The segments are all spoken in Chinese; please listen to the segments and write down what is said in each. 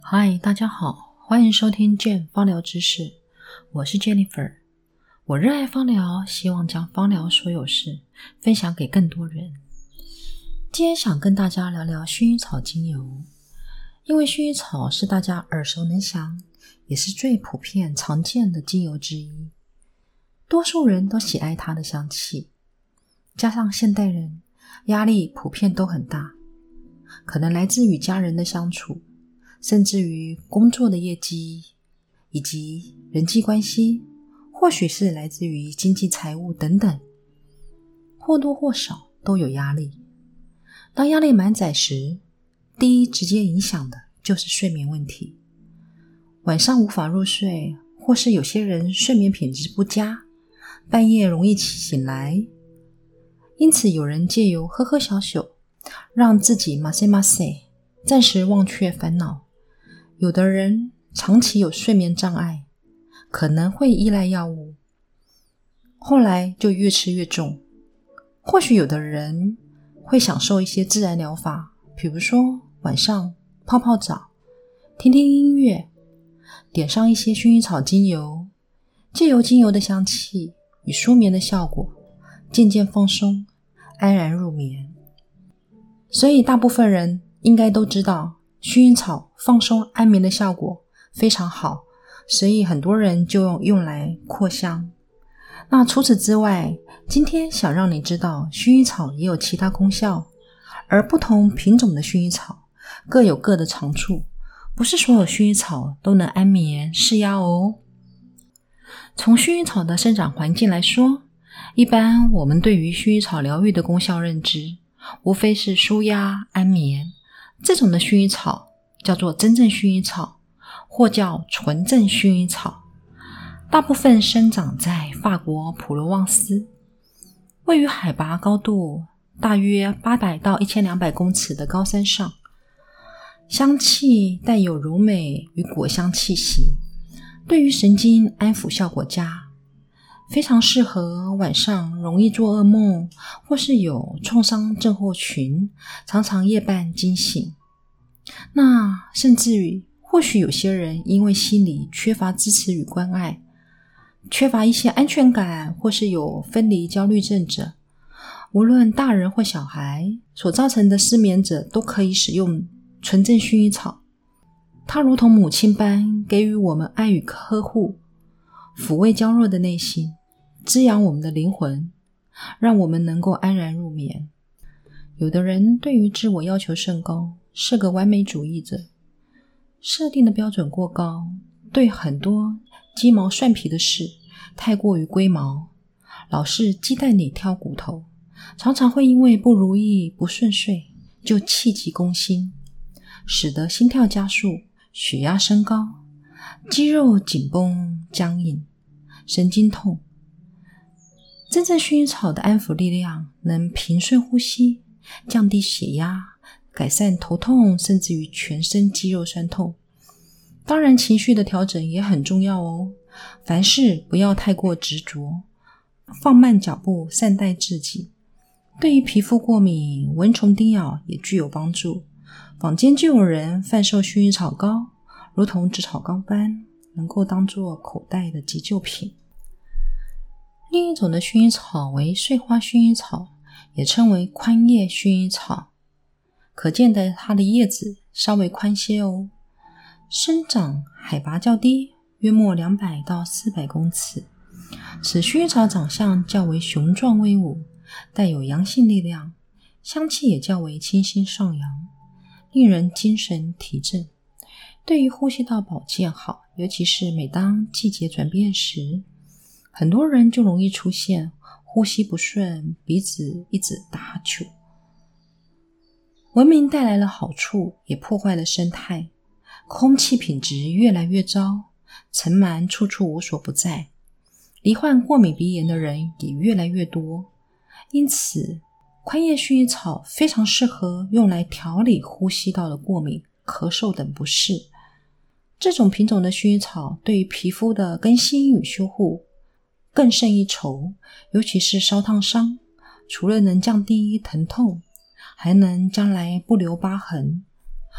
嗨，大家好，欢迎收听 Jane 芳疗知识，我是 Jennifer。我热爱芳疗，希望将芳疗所有事分享给更多人。今天想跟大家聊聊薰衣草精油，因为薰衣草是大家耳熟能详，也是最普遍常见的精油之一，多数人都喜爱它的香气。加上现代人压力普遍都很大，可能来自与家人的相处，甚至于工作的业绩以及人际关系，或许是来自于经济财务等等，或多或少都有压力。当压力满载时，第一直接影响的就是睡眠问题。晚上无法入睡，或是有些人睡眠品质不佳，半夜容易醒来。因此有人借由喝喝小酒，让自己马塞马塞，暂时忘却烦恼。有的人长期有睡眠障碍，可能会依赖药物，后来就越吃越重。或许有的人会享受一些自然疗法，比如说晚上泡泡澡，听听音乐，点上一些薰衣草精油，借由精油的香气与舒眠的效果，渐渐放松，安然入眠。所以大部分人应该都知道薰衣草放松安眠的效果非常好，所以很多人就用来扩香。那除此之外，今天想让你知道薰衣草也有其他功效，而不同品种的薰衣草各有各的长处，不是所有薰衣草都能安眠释压哦。从薰衣草的生长环境来说，一般我们对于薰衣草疗愈的功效认知，无非是舒压安眠。这种的薰衣草叫做真正薰衣草，或叫纯正薰衣草，大部分生长在法国普罗旺斯，位于海拔高度大约800到1200公尺的高山上，香气带有柔美与果香气息，对于神经安抚效果佳，非常适合晚上容易做噩梦，或是有创伤症候群，常常夜半惊醒。那甚至于或许有些人因为心理缺乏支持与关爱，缺乏一些安全感，或是有分离焦虑症者，无论大人或小孩所造成的失眠者，都可以使用纯正薰衣草。它如同母亲般给予我们爱与呵护，抚慰娇弱的内心，滋养我们的灵魂，让我们能够安然入眠。有的人对于自我要求甚高，是个完美主义者，设定的标准过高，对很多鸡毛蒜皮的事太过于龟毛，老是鸡蛋里挑骨头，常常会因为不如意不顺遂就气急攻心，使得心跳加速，血压升高，肌肉紧绷僵硬，神经痛。真正薰衣草的安抚力量能平顺呼吸，降低血压，改善头痛，甚至于全身肌肉酸痛。当然情绪的调整也很重要哦，凡事不要太过执着，放慢脚步，善待自己。对于皮肤过敏、蚊虫叮咬也具有帮助。坊间就有人贩售薰衣草膏，如同紫草膏般，能够当作口袋的急救品。另一种的薰衣草为穗花薰衣草，也称为宽叶薰衣草，可见的它的叶子稍微宽些哦。生长海拔较低，约莫200到400公尺。此薰衣草长相较为雄壮威武，带有阳性力量，香气也较为清新上扬，令人精神提振，对于呼吸道保健好，尤其是每当季节转变时，很多人就容易出现呼吸不顺，鼻子一直打哈欠。文明带来了好处，也破坏了生态，空气品质越来越糟，尘螨处处无所不在，罹患过敏鼻炎的人也越来越多。因此宽叶薰衣草非常适合用来调理呼吸道的过敏、咳嗽等不适。这种品种的薰衣草对于皮肤的更新与修护更胜一筹，尤其是烧烫伤，除了能降低疼痛，还能将来不留疤痕，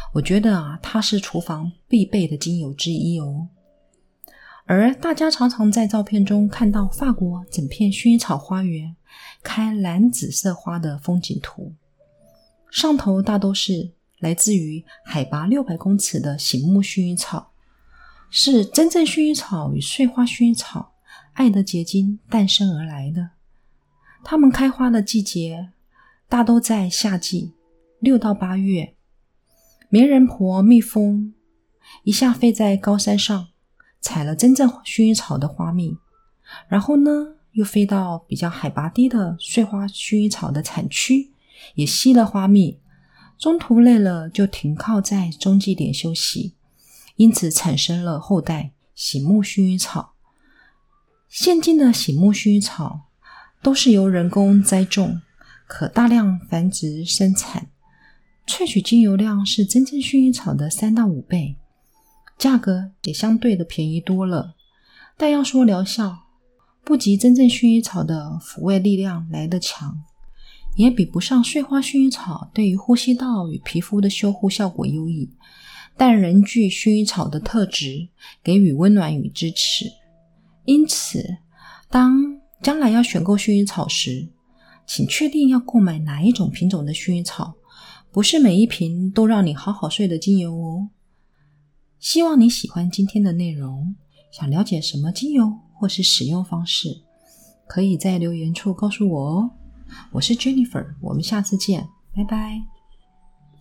我觉得它是厨房必备的精油之一哦。而大家常常在照片中看到法国整片薰衣草花园开蓝紫色花的风景图，上头大都是来自于海拔600公尺的醒目薰衣草，是真正薰衣草与穗花薰衣草爱的结晶诞生而来的。它们开花的季节大都在夏季6到8月。媒人婆蜜蜂一下飞在高山上，采了真正薰衣草的花蜜，然后呢又飞到比较海拔低的穗花薰衣草的产区，也吸了花蜜，中途累了就停靠在中继点休息，因此产生了后代醒目薰衣草。现今的醒目薰衣草都是由人工栽种，可大量繁殖生产，萃取精油量是真正薰衣草的3到5倍，价格也相对的便宜多了。但要说疗效，不及真正薰衣草的抚慰力量来得强，也比不上穗花薰衣草对于呼吸道与皮肤的修护效果优异，但仍具薰衣草的特质，给予温暖与支持。因此，当将来要选购薰衣草时，请确定要购买哪一种品种的薰衣草，不是每一瓶都让你好好睡的精油哦。希望你喜欢今天的内容，想了解什么精油或是使用方式，可以在留言处告诉我哦。我是 Jennifer， 我们下次见，拜拜。